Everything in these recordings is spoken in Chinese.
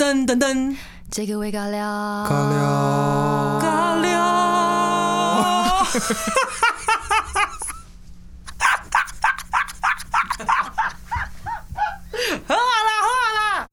噔噔噔， 这个会尬聊， 尬聊， 尬聊。喝啦！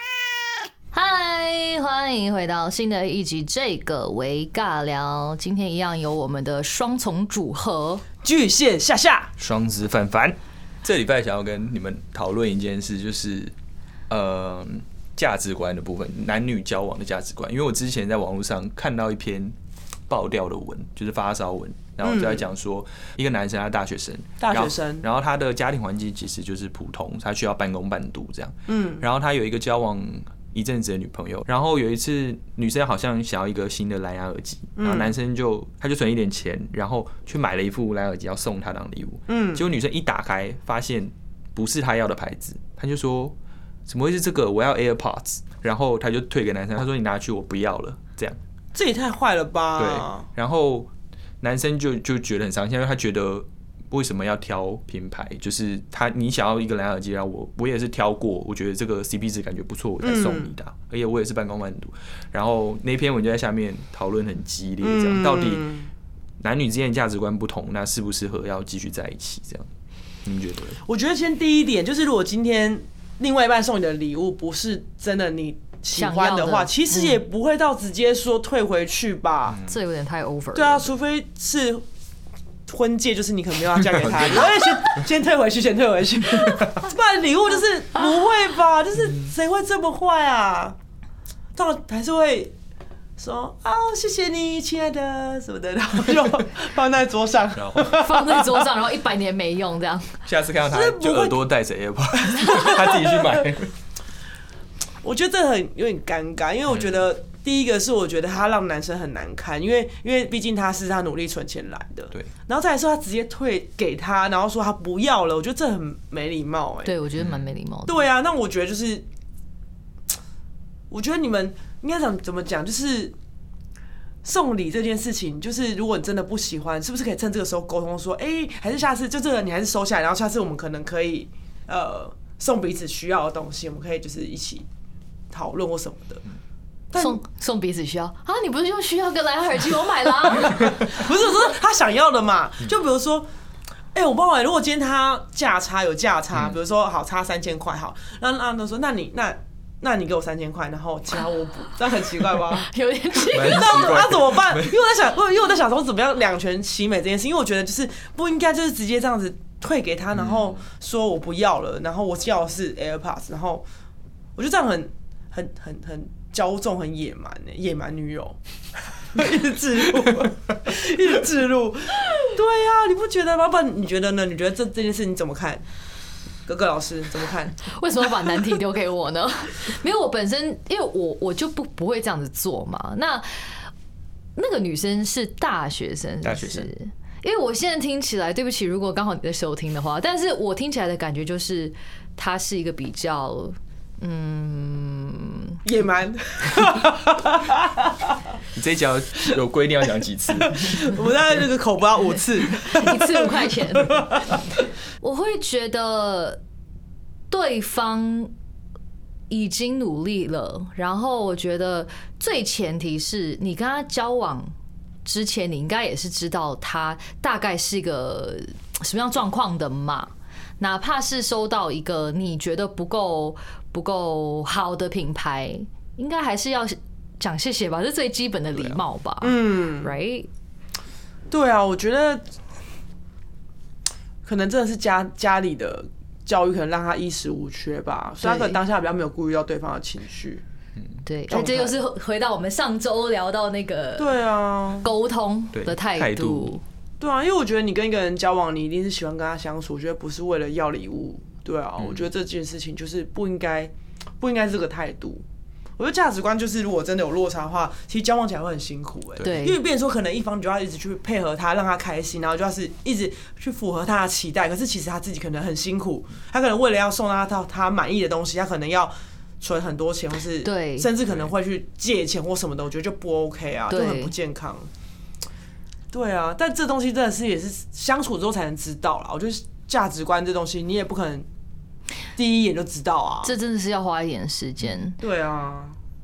嗨，欢迎回到新的一集这个为尬聊。今天一样有我们的双重组合巨蟹夏夏， 双子凡凡。这礼拜想要跟你们讨论一件事，就是价值观的部分，男女交往的价值观。因为我之前在网络上看到一篇爆掉的文，就是发烧文，然后就在讲说，一个男生他大学生，然后他的家庭环境其实就是普通，他需要半工半读这样，然后他有一个交往一阵子的女朋友，然后有一次女生好像想要一个新的蓝牙耳机，然后男生他就存一点钱，然后去买了一副蓝牙耳机要送她当礼物，结果女生一打开发现不是他要的牌子，他就说怎么会是这个？我要 AirPods， 然后他就退给男生，他说你拿去我不要了，这样。 这也太坏了吧？ 对，然后男生就觉得很伤心，因为他觉得为什么要挑品牌？就是你想要一个蓝牙耳机，然后我也是挑过，我觉得这个 CP 值感觉不错，我才送你的，而且我也是半工半读。然后那篇文就在下面讨论很激烈，这样到底男女之间的价值观不同，那适不适合要继续在一起？这样，你们觉得？ 我觉得先第一点就是，如果今天另外一半送你的礼物不是真的你喜欢的话，其实也不会到直接说退回去吧。 这有点太 over 了。 对啊，除非是婚戒，就是你可能没有要嫁给他，你会先退回去，先退回去。不然礼物就是不会吧？就是谁会这么坏啊？当然还是会说啊，谢谢你，亲爱的什么的，然后就放在桌上， 放在桌上，然后100年没用，这样。 下次看到他就耳朵戴着 AirPods， 他自己去买。 我觉得这有点尴尬，因为我觉得第一个是我觉得他让男生很难堪，因为毕竟他努力存钱来的， 对。 然后再来说他直接退给他，然后说他不要了，我觉得这很没礼貌哎。 对，我觉得蛮没礼貌的。 对啊，那我觉得就是，我觉得你们应该怎么讲，就是送礼这件事情，就是如果你真的不喜欢，是不是可以趁这个时候沟通说，还是下次就这个你还是收下来，然后下次我们可能可以送彼此需要的东西，我们可以就是一起讨论或什么的。 送彼此需要啊？你不是就需要个蓝牙耳机？我买了、啊。 不是，我说他想要的嘛。就比如说，我不知道如果今天他有价差，比如说好差3000块，好，那他说那你给我3000块，然后其他我补，这样很奇怪吧？ 有点奇怪。 那怎么办？因为我在想说怎么样两全其美这件事，因为我觉得就是不应该就是直接这样子退给他，然后说我不要了，然后我要的是 AirPods， 然后我觉得这样很骄纵，很野蛮野蛮女友，一直置入，对呀、你不觉得吗？不然你觉得呢？你觉得这件事你怎么看？哥哥老师怎么看？ 为什么把难题丢给我呢？没有，我本身因为我就不会这样子做嘛。那个女生是大学生， 大学生。 因为我现在听起来，对不起，如果刚好你在收听的话，但是我听起来的感觉就是，她是一个比较。 野蛮。 你这一集有规定要讲几次？ 我们在那个口播要5次 ，1次5块钱。我会觉得对方已经努力了，然后我觉得最前提是你跟他交往之前，你应该也是知道他大概是一个什么样状况的嘛。哪怕是收到一个你觉得不够好的品牌，应该还是要讲谢谢吧，这是最基本的礼貌吧。right？ 对啊，我觉得可能真的是家里的教育可能让他衣食无缺吧，所以他可能当下比较没有顾虑到对方的情绪。 对，这又是回到我们上周聊到那个对啊沟通的态度。 对啊，因为我觉得你跟一个人交往，你一定是喜欢跟他相处，我觉得不是为了要礼物。对啊，我觉得这件事情就是不应该这个态度。我觉得价值观就是，如果真的有落差的话，其实交往起来会很辛苦对， 因为变成说可能一方就要一直去配合他，让他开心，然后就要是一直去符合他的期待。可是其实他自己可能很辛苦，他可能为了要送他到他满意的东西，他可能要存很多钱，或是甚至可能会去借钱或什么的，我觉得就不 OK 啊，就很不健康。对啊，但这东西真的是也是相处之后才能知道啦。我觉得价值观这东西，你也不可能第一眼就知道啊。 这真的是要花一点时间。 对啊，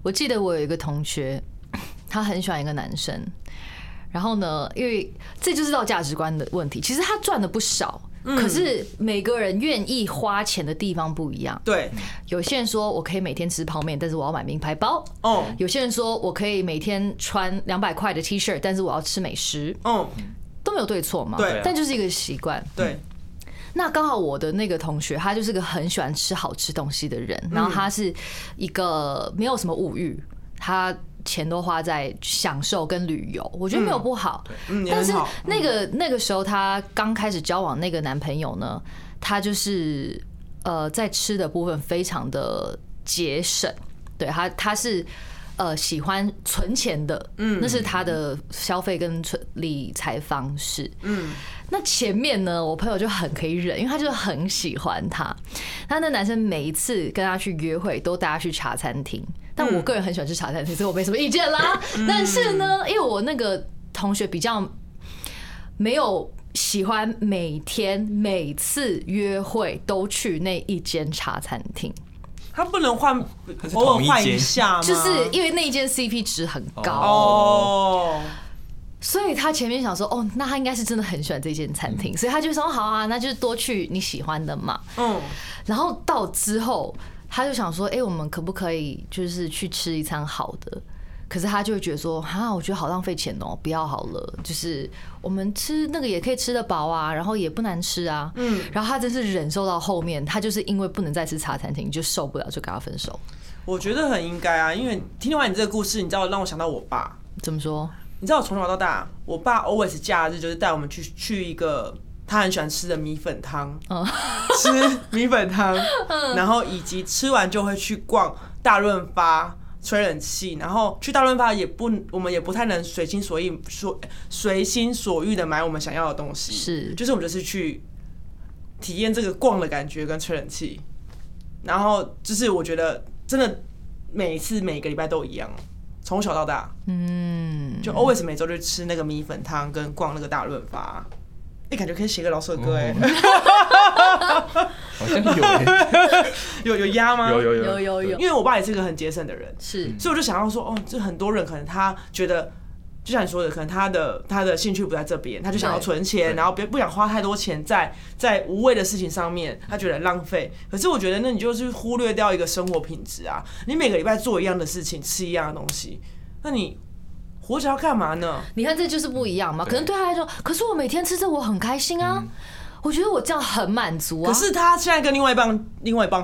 我记得我有一个同学，他很喜欢一个男生，然后呢，因为这就是到价值观的问题。其实他赚的不少，可是每个人愿意花钱的地方不一样。 对， 有些人说我可以每天吃泡面，但是我要买名牌包。有些人说我可以每天穿200块的 T 恤，但是我要吃美食。都没有对错嘛。 对， 但就是一个习惯。 对。 那刚好我的那个同学，他就是个很喜欢吃好吃东西的人，然后他是一个没有什么物欲，他钱都花在享受跟旅游，我觉得没有不好。但是那个时候他刚开始交往那个男朋友呢，他就是在吃的部分非常的节省，对他是喜欢存钱的，那是他的消费跟理财方式。那前面呢，我朋友就很可以忍，因为他就很喜欢他。那男生每一次跟他去约会，都带他去茶餐厅。但我个人很喜欢吃茶餐厅，所以我没什么意见啦。但是呢，因为我那个同学比较没有喜欢每次约会都去那一间茶餐厅。 他不能换，偶尔换一下吗？ 就是因为那一间 CP 值很高所以他前面想说，那他应该是真的很喜欢这间餐厅，所以他就说好啊，那就是多去你喜欢的嘛。然后到之后，他就想说，我们可不可以就是去吃一餐好的？可是他就会觉得说，我觉得好浪费钱哦，不要好了。就是我们吃那个也可以吃得饱啊，然后也不难吃啊。然后他真是忍受到后面，他就是因为不能再吃茶餐厅，就受不了，就跟他分手。 我觉得很应该啊，因为听完你这个故事，你知道让我想到我爸。 怎么说？ 你知道我从小到大，我爸 always 假日就是带我们去一个他很喜欢吃的米粉汤，吃米粉汤，然后以及吃完就会去逛大润发吹冷气，然后去大润发我们也不太能随心所欲的买我们想要的东西，就是我们就是去体验这个逛的感觉跟吹冷气，然后就是我觉得真的每个礼拜都一样。从小到大，就 always 每周就吃那个米粉汤跟逛那个大润发，感觉可以写个老舍歌好像有压吗？ 有， 因为我爸也是个很节省的人， 所以我就想要说，就很多人可能他觉得，就像你说的，可能他的兴趣不在这边，他就想要存钱，然后不想花太多钱在无谓的事情上面，他觉得浪费。可是我觉得，那你就是忽略掉一个生活品质啊！你每个礼拜做一样的事情，吃一样的东西，那你活着要干嘛呢？ 你看，这就是不一样嘛。可能对他来说，可是我每天吃这我很开心啊。我觉得我这样很满足啊。 可是他现在跟另外一半，另外一半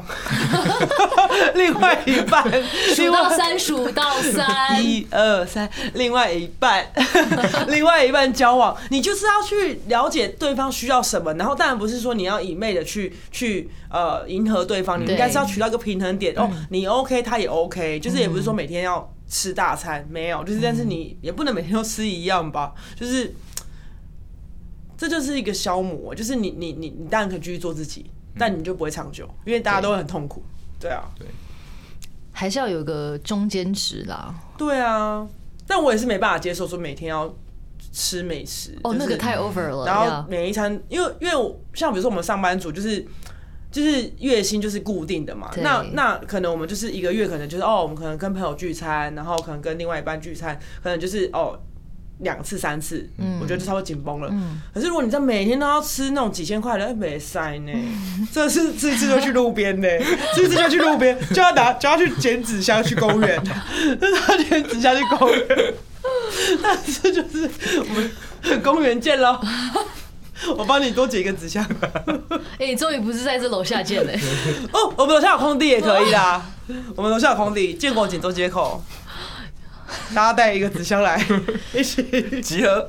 数到3，数到3，1、 2、3，另外一半交往，你就是要去了解对方需要什么，然后当然不是说你要一昧的去迎合对方，你应该是要取到一个平衡点。你 OK， 他也 OK， 就是也不是说每天要吃大餐，没有，就是但是你也不能每天都吃一样吧，就是。这就是一个消磨，就是你当然可以继续做自己，但你就不会长久，因为大家都会很痛苦。对啊，对， 还是要有个中间值啦。 对啊，但我也是没办法接受说每天要吃美食。 那个太 over 了。 然后每一餐，因为像比如说我们上班族就是月薪就是固定的嘛，那可能我们就是一个月可能就是我们可能跟朋友聚餐，然后可能跟另外一半聚餐，可能就是2次3次，我觉得就差不多紧绷了。可是如果你在每天都要吃那种几千块的，没塞呢。这是吃一次就去路边呢，吃一次就去路边，就要去捡纸箱去公园，就捡纸箱去公园。但是就是我们公园见喽，我帮你多捡一个纸箱。 你终于不是在这楼下见嘞。 我们楼下有空地也可以啦。我们楼下有空地，建国锦州街口。大家带一个纸箱来，一起集合。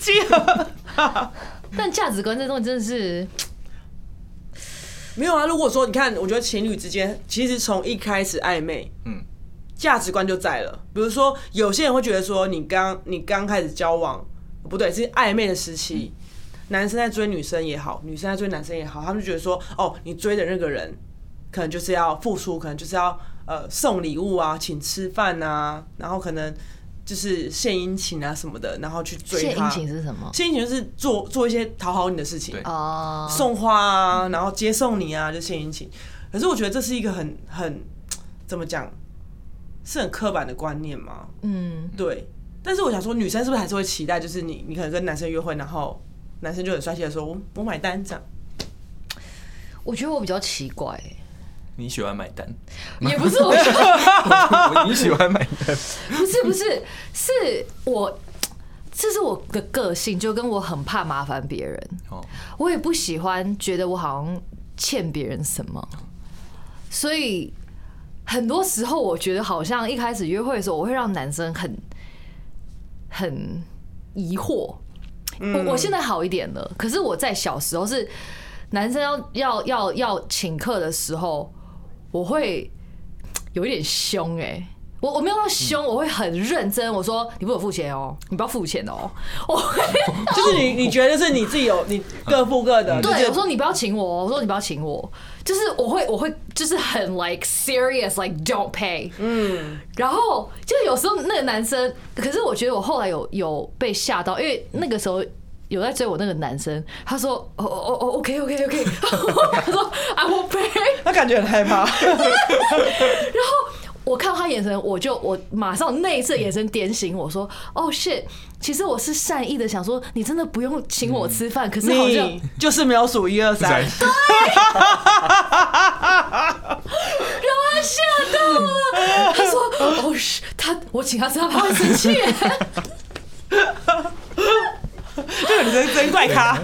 但价值观这东西真的是没有啊。如果说你看，我觉得情侣之间其实从一开始暧昧，价值观就在了。比如说，有些人会觉得说，你刚开始交往，不对，是暧昧的时期，男生在追女生也好，女生在追男生也好，他们就觉得说，你追的那个人，可能就是要付出，可能就是要。送礼物啊，请吃饭啊，然后可能就是献殷勤啊什么的，然后去追他。 献殷勤是什么？ 献殷勤就是做一些讨好你的事情，送花啊，然后接送你啊，就献殷勤。可是我觉得这是一个很怎么讲， 是很刻板的观念吗？对。但是我想说，女生是不是还是会期待，就是你可能跟男生约会，然后男生就很帅气的说我买单这样？ 我觉得我比较奇怪你喜欢买单？ 也不是我你喜欢买单？ 不是，是我。这是我的个性，就跟我很怕麻烦别人，我也不喜欢觉得我好像欠别人什么，所以很多时候我觉得好像一开始约会的时候，我会让男生很疑惑。我现在好一点了，可是我在小时候是男生要请客的时候，我会有一点凶我没有到凶，我会很认真。我说你不能付钱哦，你不要付钱哦。 就是你觉得是你自己有你各付各的。 对，我说你不要请我，我说你不要请我，就是我会就是很 like serious like don't pay。然后就有时候那个男生，可是我觉得我后来有被吓到，因为那个时候有在追我那个男生，他说OK， 他说 I will pay， 他感觉很害怕。 然后我看到他眼神，我马上那一次眼神点醒我说：“Oh shit！ 其实我是善意的，想说你真的不用请我吃饭，可是好像你就是没有数1、2、3。” 对，让他吓到了。他说：“哦，我请他吃，他会生气。” 这个女生真怪咖。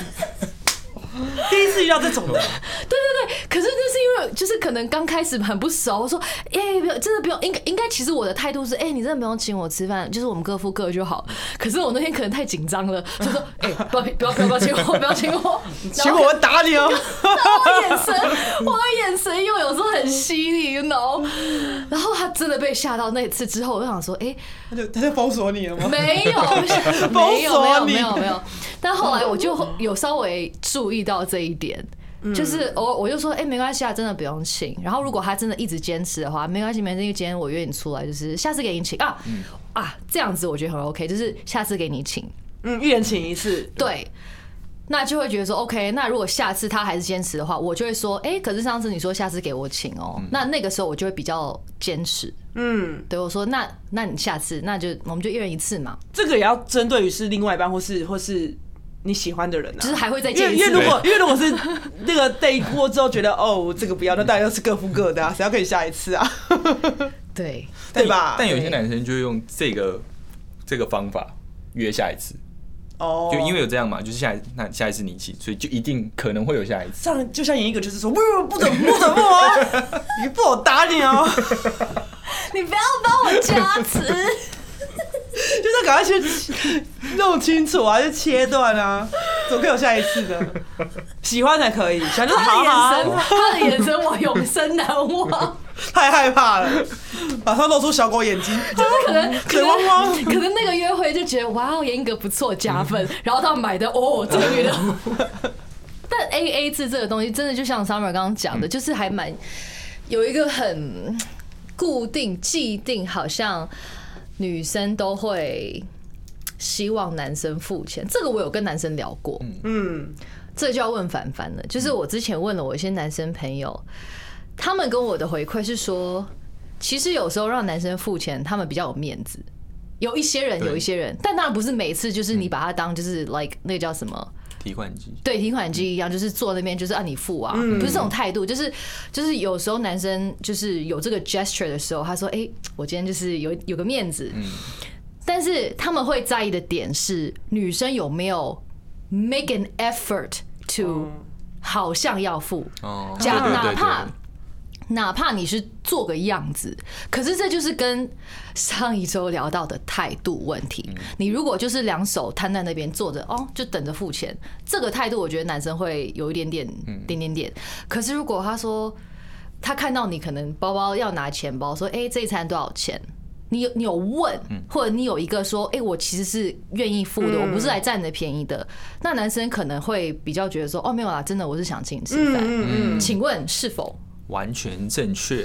第一次遇到这种的。 对，可是那是因为就是可能刚开始很不熟，我说真的不用，应该其实我的态度是你真的不用请我吃饭，就是我们各付各就好。可是我那天可能太紧张了，就说不要请我，不要请我， 请我打你哦。 我的眼神又有时候很犀利 ，you know。然后他真的被吓到那一次之后，我就想说， 他就封锁你了吗？ 没有， 封锁你， 没有。但后来我就有稍微注意到这一点。就是我就说没关系啊，真的不用请。然后如果他真的一直坚持的话，没关系，因为今天我约你出来，就是下次给你请这样子我觉得很 OK， 就是下次给你请， 一人请一次， 对，那就会觉得说 OK。那如果下次他还是坚持的话，我就会说可是上次你说下次给我请哦，那个时候我就会比较坚持。对，我说那你下次我们就一人一次嘛。 这个也要针对于是另外一半或是你喜欢的人就是还会再见一次。 因为如果是那个 date 过之后觉得这个不要，那当然要是各付各的啊，谁要跟你下一次啊？ 对吧？ 但有些男生就用这个方法约下一次。就因为有这样嘛，就是下一次你请，所以就一定可能会有下一次。 这样就像演一个，就是说不准啊，你不我打你哦， 你不要帮我加词。 就是赶快去弄清楚啊，就切断啊，怎么可以有下一次呢？喜欢才可以，喜欢就好好。 他的眼神我永生难忘， 太害怕了，马上露出小狗眼睛， 就是可能水汪汪， 可能那个约会就觉得哇，严格不错加分，然后他买的这个月的。但 AA 制这个东西真的就像 Summer 刚刚讲的，就是还蛮有一个很固定既定，好像女生都会希望男生付钱。这个我有跟男生聊过，这就要问凡凡了。就是我之前问了我一些男生朋友，他们跟我的回馈是说，其实有时候让男生付钱，他们比较有面子。有一些人，但当然不是每次就是你把他当就是 like 那个叫什么提款机， 对，提款机一样，就是坐那边就是你付啊，不是这种态度，就是有时候男生就是有这个 gesture 的时候，他说我今天就是有个面子，但是他们会在意的点是女生有没有 make an effort to 好像要付，哪怕你是做个样子，可是这就是跟上一周聊到的态度问题。你如果就是两手摊在那边坐着，就等着付钱，这个态度我觉得男生会有一点点。可是如果他说他看到你可能包包要拿钱包，说这一餐多少钱？你有问，或者你有一个说，我其实是愿意付的，我不是来占你的便宜的。那男生可能会比较觉得说，没有啦，真的我是想请你吃饭。请问是否？ 完全正确，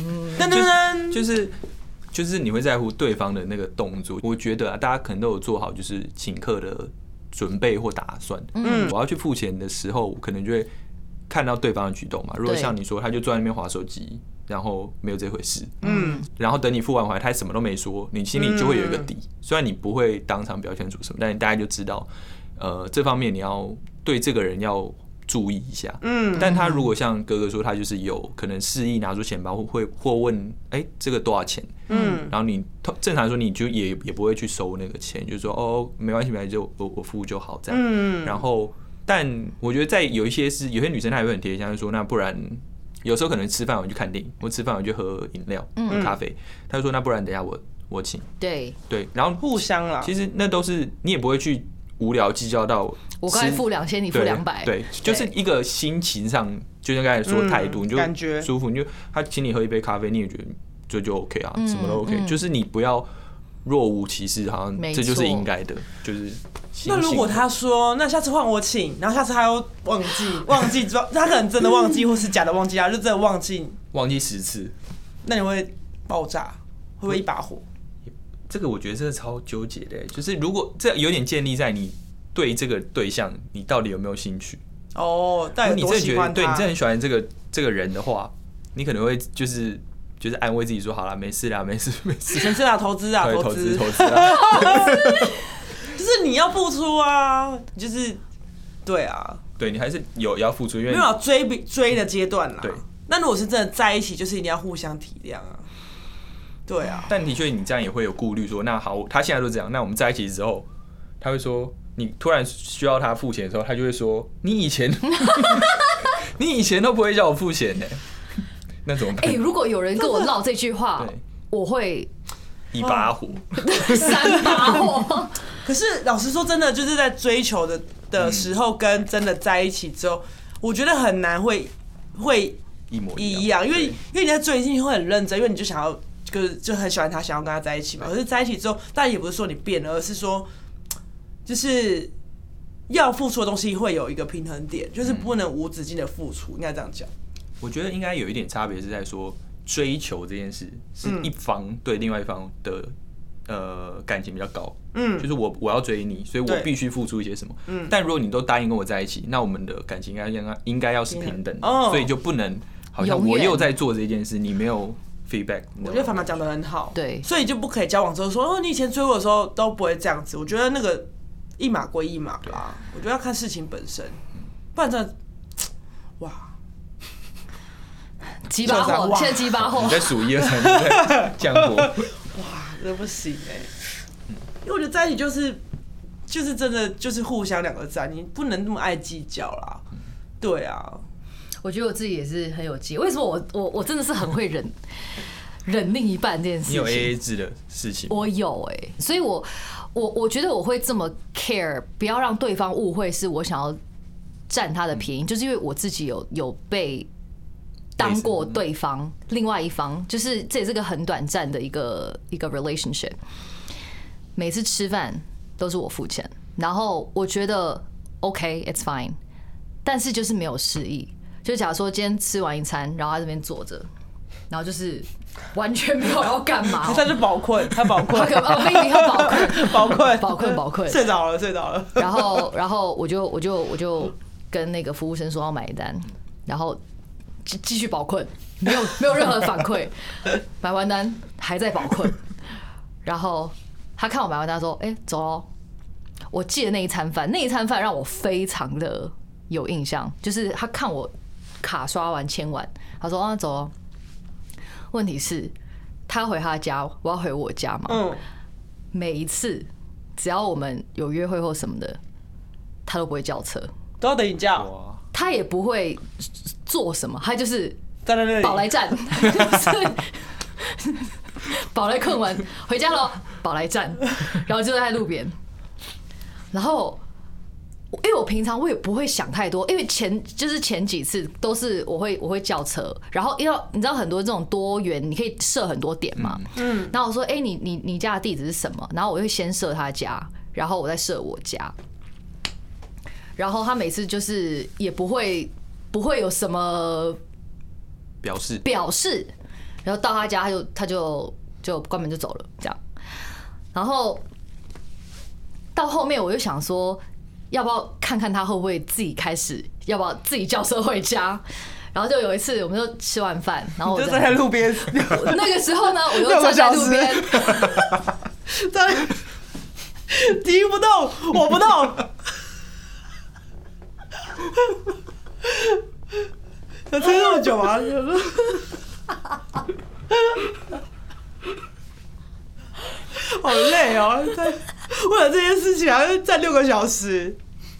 就是你会在乎对方的那个动作。我觉得大家可能都有做好就是请客的准备或打算。我要去付钱的时候，我可能就会看到对方的举动嘛。如果像你说，他就坐在那边滑手机，然后没有这回事，然后等你付完回来，他什么都没说，你心里就会有一个底。虽然你不会当场表现出什么，但你大概就知道，这方面你要对这个人要注意一下。但他如果像哥哥说，他就是有可能示意拿出钱包，或问，这个多少钱？然后你正常说你就也不会去收那个钱，就是说哦没关系，没关系，就我付就好这样。然后，但我觉得在有些女生她也会很贴心，像是说那不然有时候可能吃饭我去看电影，或吃饭我去喝饮料、喝咖啡，她就说那不然等一下我请。对，然后互相啦。 其实那都是你也不会去无聊计较到我刚才付2000，你付200， 对，就是一个心情上，就像刚才说态度，你就感觉舒服，你就他请你喝一杯咖啡，你也觉得这就 OK 啊，什么都 OK，就是你不要若无其事，好像这就是应该的，就是。 那如果他说那下次换我请，然后下次他又忘记，他可能真的忘记，或是假的忘记，他就真的忘记 10次， 那你会爆炸，会不会一把火？ 这个我觉得这个超纠结的，就是如果这有点建立在你对这个对象你到底有没有兴趣哦，但你真的觉得对你真的很喜欢这个人的话，你可能会就是安慰自己说好啦，没事啦，没事啦，投资啊， 投资就是你要付出啊，就是对啊， 对你还是要付出，因为没有追的阶段啦。 对， 那如果是真的在一起，就是一定要互相体谅啊。对啊， 但的确你这样也会有顾虑，说那好，他现在都这样，那我们在一起之后，他会说你突然需要他付钱的时候，他就会说你以前都不会叫我付钱呢，那怎么办？ 如果有人跟我唠这句话，我会一把火 ，3把火。 可是老实说，真的就是在追求的时候，跟真的在一起之后，我觉得很难会一模一样，因为你在追进去会很认真，因为你就想要就很喜欢他，想要跟他在一起嘛。可是在一起之后，当然也不是说你变了，而是说就是要付出的东西会有一个平衡点，就是不能无止境的付出，应该这样讲。 我觉得应该有一点差别是在说追求这件事是一方对另外一方的感情比较高，就是我要追你，所以我必须付出一些什么，但如果你都答应跟我在一起，那我们的感情应该要是平等的，所以就不能好像我又在做这件事，你没有 feedback。 我觉得凡凡讲得很好， 对， 所以就不可以交往之后说你以前追我的时候都不会这样子。我觉得那个一码归一码啦，我觉得要看事情本身，不然真的哇。 几把火，现在几把火， 你在数1、2、3，你在降火。 哇，这不行因为我觉得在一起就是真的就是互相2个字啊，你不能那么爱计较啦。对啊， 我觉得我自己也是很有计，为什么我真的是很会忍另一半这件事情。 你有 AA 制的事情？ 我有所以我觉得我会这么 care， 不要让对方误会是我想要占他的便宜，就是因为我自己有被当过对方另外一方，就是这也是个很短暂的一个 relationship。每次吃饭都是我付钱，然后我觉得 OK，it's fine， 但是就是没有示意。就假如说今天吃完一餐，然后他这边坐着，然后就是完全没有要干嘛， 他是饱困，他饱困， maybe 他饱困， 睡着了。 然后我就跟那个服务生说要买单，然后继续饱困，没有任何反馈，买完单还在饱困，然后他看我买完单说：“走咯。”我记得那一餐饭让我非常的有印象，就是他看我卡刷完签完，他说：“走咯。”问题是，他回他家，我要回我家嘛。每一次只要我们有约会或什么的，他都不会叫车， 都要等你叫。 他也不会做什么，他就是站在那里宝来站，宝来困完回家了，宝来站，然后就在路边。然后，因为我平常我也不会想太多，因为前几次都是我会叫车，然后因为你知道很多这种多元，你可以设很多点嘛。然后我说，你家的地址是什么？然后我会先设他家，然后我再设我家。然后他每次就是也不会有什么表示，然后到他家他就关门就走了这样。然后到后面我就想说， 要不要看看他会不会自己开始，要不要自己叫车回家？然后就有一次，我们就吃完饭，然后我就站在路边。 那个时候呢，我就站在路边， 提不动，我不动。要撑这么久啊？好累哦！为了这件事情还要站6个小时。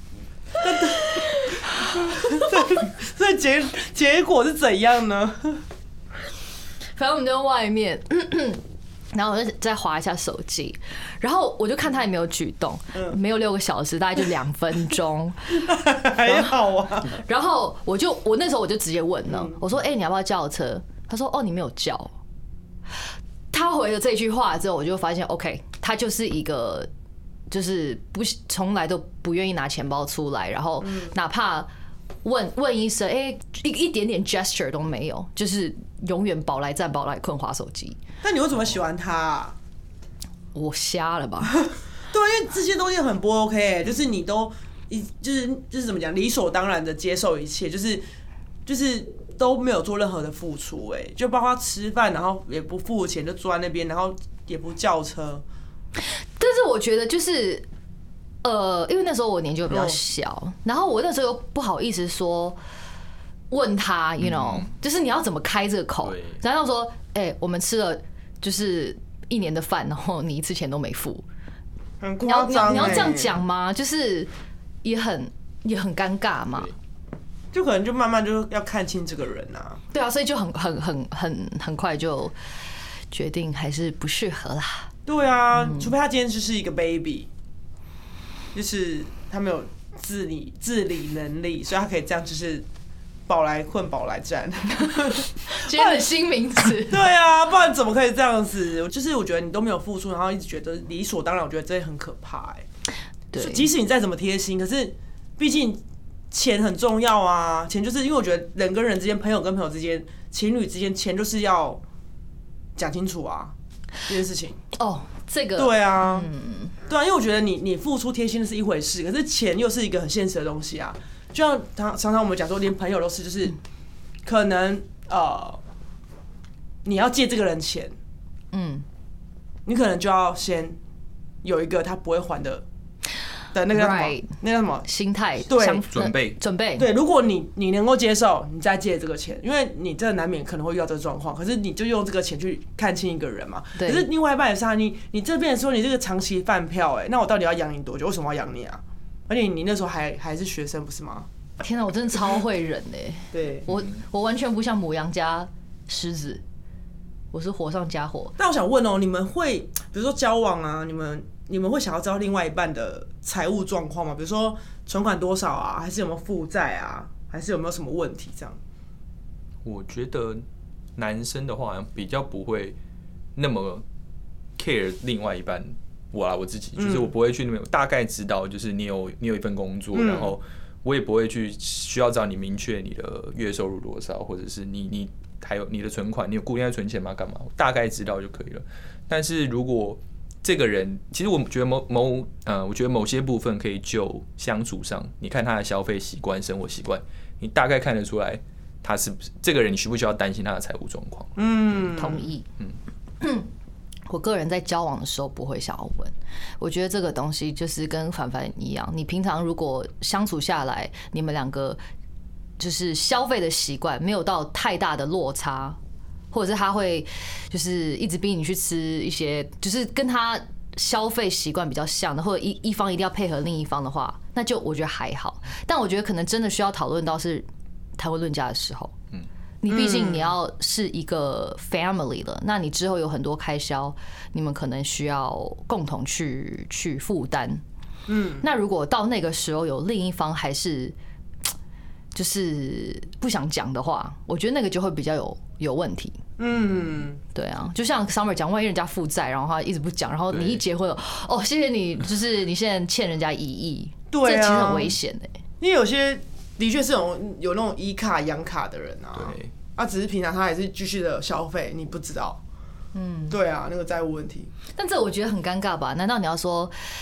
所以结果是怎样呢？ 反正我们就在外面，然后我就再滑一下手机，然后我就看他也没有举动，没有6个小时，大概就2分钟， 还好啊。 然后我那时候我就直接问了，我说：“你要不要叫车？”他说：“哦，你没有叫。”他回了这句话之后，我就发现 ，OK， 他就是一个就是从来都不愿意拿钱包出来，然后哪怕问一声，一点点 gesture 都没有，就是永远宝来战宝来困滑手机。 那你为什么喜欢他啊？ 我瞎了吧？ 对，因为这些东西很不 OK，就是你都就是怎么讲，理所当然的接受一切，就是都没有做任何的付出，就包括吃饭，然后也不付钱，就坐在那边，然后也不叫车。 但是我觉得就是因为那时候我年纪又比较小，然后我那时候又不好意思说问他 ，you know， 就是你要怎么开这个口？然后说，我们吃了就是1年的饭，然后你1次钱都没付， 很夸张。 你要这样讲吗？就是也很尴尬嘛。 就可能就慢慢就要看清这个人啊。 对啊，所以就很快就决定还是不适合啦。 对啊，除非他今天就是一个 baby， 就是他没有自理能力，所以他可以这样，就是宝来困宝来战。 今天的新名词。 对啊，不然怎么可以这样子？就是我觉得你都没有付出，然后一直觉得理所当然，我觉得这很可怕对，即使你再怎么贴心，可是毕竟钱很重要啊。钱就是因为我觉得人跟人之间、朋友跟朋友之间、情侣之间，钱就是要讲清楚啊。这件事情这个对啊，对啊，因为我觉得你付出贴心的是一回事，可是钱又是一个很现实的东西啊。就像常常我们讲说，连朋友都是，就是可能你要借这个人钱，你可能就要先有一个他不会还的那个叫什么？那叫什么心态？ 对， 准备。 对，如果你能够接受，你再借这个钱，因为你这难免可能会遇到这个状况。可是你就用这个钱去看清一个人嘛。可是另外一半也是啊，你这边说你这个长期饭票，那我到底要养你多久？为什么要养你啊？而且你那时候还是学生，不是吗？ 天哪，我真的超会忍对， 我完全不像母羊加狮子，我是火上加火。 但我想问你们会比如说交往啊，你们会想要知道另外一半的财务状况吗？比如说存款多少啊，还是有没有负债啊，还是有没有什么问题这样？ 我觉得男生的话好像比较不会那么 care 另外一半。我自己就是我不会去那边，大概知道就是你有一份工作，然后我也不会去需要知道你明确你的月收入多少，或者是你还有你的存款，你有固定在存钱吗？干嘛？大概知道就可以了。但是如果这个人，其实我觉得我觉得某些部分可以就相处上，你看他的消费习惯、生活习惯，你大概看得出来他是不是这个人，你需不需要担心他的财务状况？ 同意。我个人在交往的时候不会想要问，我觉得这个东西就是跟凡凡一样，你平常如果相处下来，你们2个就是消费的习惯没有到太大的落差，或者是他会就是一直逼你去吃一些就是跟他消费习惯比较像的，或者一方一定要配合另一方的话，那就我觉得还好。但我觉得可能真的需要讨论到是谈婚论嫁的时候，你毕竟你要是一个 family 了，那你之后有很多开销，你们可能需要共同去负担。那如果到那个时候有另一方还是就是不想讲的话，我觉得那个就会比较有问题。对啊，就像 Summer 讲，万一人家负债，然后他一直不讲，然后你一结婚了，谢谢你，就是你现在欠人家1亿， 对啊， 这其实很危险因为有些的确是有那种以卡养卡的人啊，对，只是平常他还是继续的消费，你不知道，对啊，那个债务问题。 但这我觉得很尴尬吧？难道你要说，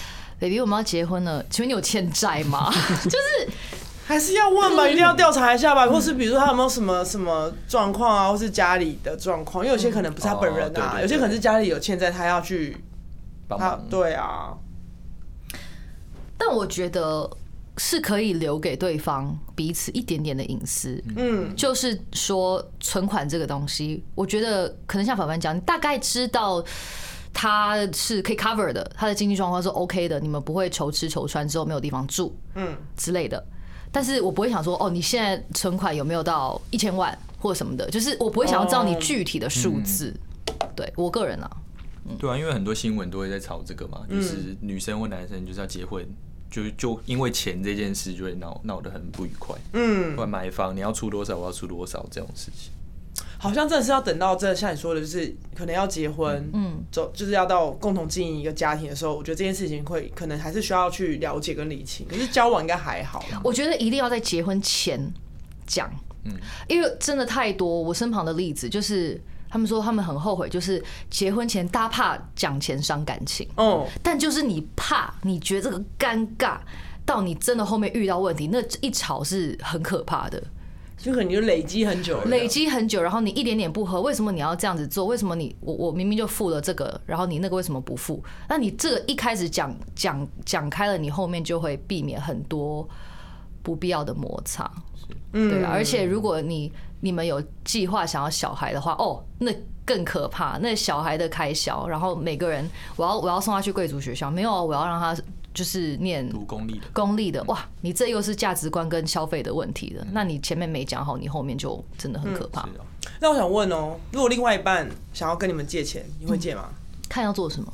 ，baby， 我们要结婚了，请问你有欠债吗？就是还是要问吧，一定要调查一下吧，或是比如说他有没有什么状况啊，或是家里的状况，因为有些可能不是他本人啊，有些可能是家里有欠债，他要去帮忙。 对啊， 但我觉得是可以留给对方彼此一点点的隐私。就是说存款这个东西，我觉得可能像凡凡讲，你大概知道他是可以 cover 的，他的经济状况是 OK 的，你们不会愁吃愁穿之后没有地方住，之类的。但是我不会想说，哦，你现在存款有没有到1000万或什么的，就是我不会想要知道你具体的数字。对我个人啊， 对啊，因为很多新闻都会在吵这个嘛，就是女生或男生就是要结婚，就因为钱这件事就会闹得很不愉快。不然买房你要出多少，我要出多少这种事情。 好像真的是要等到真的像你说的，就是可能要结婚，就是要到共同经营一个家庭的时候，我觉得这件事情会可能还是需要去了解跟理清。可是交往应该还好。 我觉得一定要在结婚前讲，因为真的太多我身旁的例子，就是他们说他们很后悔，就是结婚前大家怕讲钱伤感情，但就是你怕，你觉得这个尴尬，到你真的后面遇到问题，那一吵是很可怕的。 就可能你就累积很久， 然后你一点点不合，为什么你要这样子做？为什么我明明就付了这个，然后你那个为什么不付？那你这个一开始讲开了，你后面就会避免很多不必要的摩擦。对，而且如果你们有计划想要小孩的话，那更可怕。那小孩的开销，然后每个人我要送他去贵族学校，没有啊，我要让他就是念读公立的， 哇，你这又是价值观跟消费的问题了。那你前面没讲好，你后面就真的很可怕。 那我想问哦，如果另外一半想要跟你们借钱，你会借吗？ 看要做什么。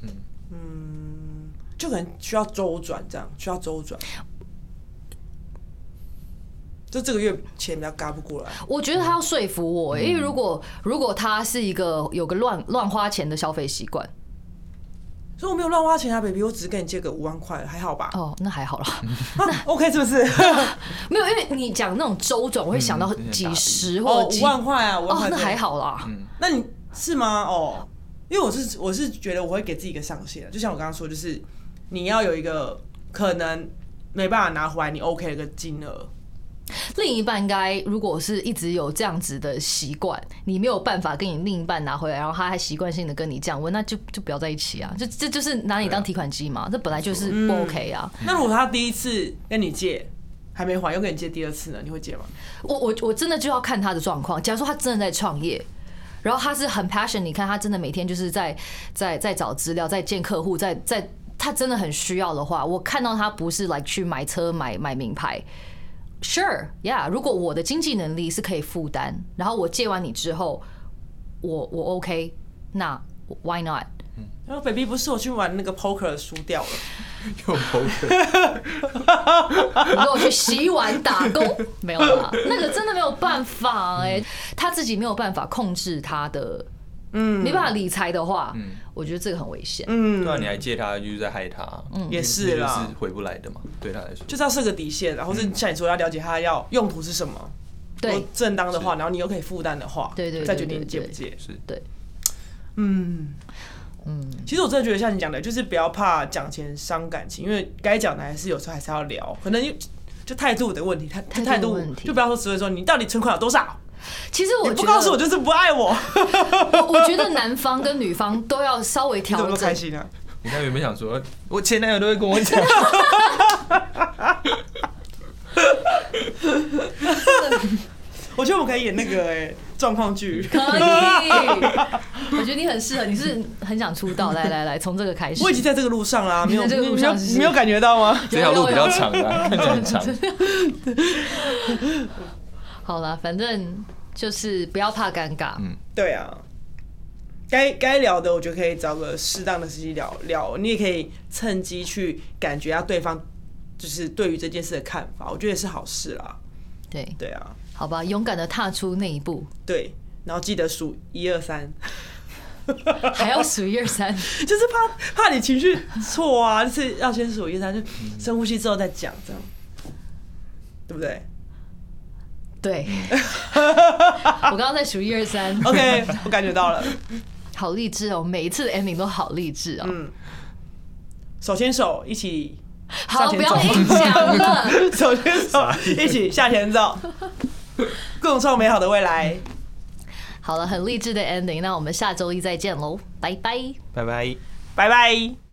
就可能需要周转，这样需要周转。就这个月钱比较嘎不过来， 我觉得他要说服我，因为如果他是一个有个乱花钱的消费习惯。 所以我没有乱花钱啊 ，baby， 我只是跟你借个5万块，还好吧？ 那还好啦。 OK 是不是？ 没有，因为你讲那种周转，我会想到几十或 5万块啊，5万块。 那还好啦。 那你是吗？因为我是觉得我会给自己一个上限，就像我刚刚说，就是你要有一个可能没办法拿回来你 OK 的一个金额。 另一半应该如果是一直有这样子的习惯，你没有办法跟你另一半拿回来，然后他还习惯性的跟你这样问，那就不要在一起啊！这就是拿你当提款机嘛，这本来就是不 OK 啊。 那如果他第一次跟你借还没还，又跟你借第2次呢？你会借吗？ 我真的就要看他的状况。假如说他真的在创业，然后他是很 passion， 你看他真的每天就是在找资料，在见客户，在他真的很需要的话，我看到他不是 like 去买车买名牌。Sure, yeah. 如果我的经济能力是可以负担，然后我借完你之后，我 OK， 那 why not？ 然后 baby 不是我去玩那个 poker 输掉了， 用 poker， 你说我去洗碗打工没有啦，那个真的没有办法他自己没有办法控制他的。没办法理财的话，我觉得这个很危险。 对啊，你还借他，就是在害他。 也是啦， 就是回不来的嘛，对他来说。 就是要设个底线，然后是像你说要了解他要用途是什么，对，正当的话，然后你又可以负担的话， 对， 再决定你借不借。 是， 对， 其实我真的觉得像你讲的，就是不要怕讲钱伤感情，因为该讲的还是有时候还是要聊，可能就态度的问题，态度就不要说只会说你到底存款有多少。 其实我觉得你不告诉我就是不爱我。 我觉得男方跟女方都要稍微调整。 你怎么开心啊？ 你看有没有想说，我前男友都会跟我讲。 我觉得我们可以演那个状况剧。 可以，我觉得你很适合，你是很想出道。来，从这个开始。 我已经在这个路上啦，没有没有感觉到吗？ 这条路比较长啊，看起来很长。 好啦，反正就是不要怕尴尬。 对啊，该聊的，我觉得可以找个适当的时机聊。你也可以趁机去感觉下对方就是对于这件事的看法，我觉得也是好事啦。对啊， 好吧，勇敢的踏出那一步。 对，然后记得数1、2、3。 还要数1、2、3， 就是怕你情绪错啊，就是要先数1、2、3，就深呼吸之后再讲，这样，对不对？ 对，我刚刚在数1、2、3。 OK， 我感觉到了， 好励志哦！每一次的 ending 都好励志哦。 手牵手一起好，不要硬讲了。 手牵手一起向前走，共创美好的未来。 好了，很励志的 ending， 那我们下周一再见喽，拜拜， 拜拜， 拜拜。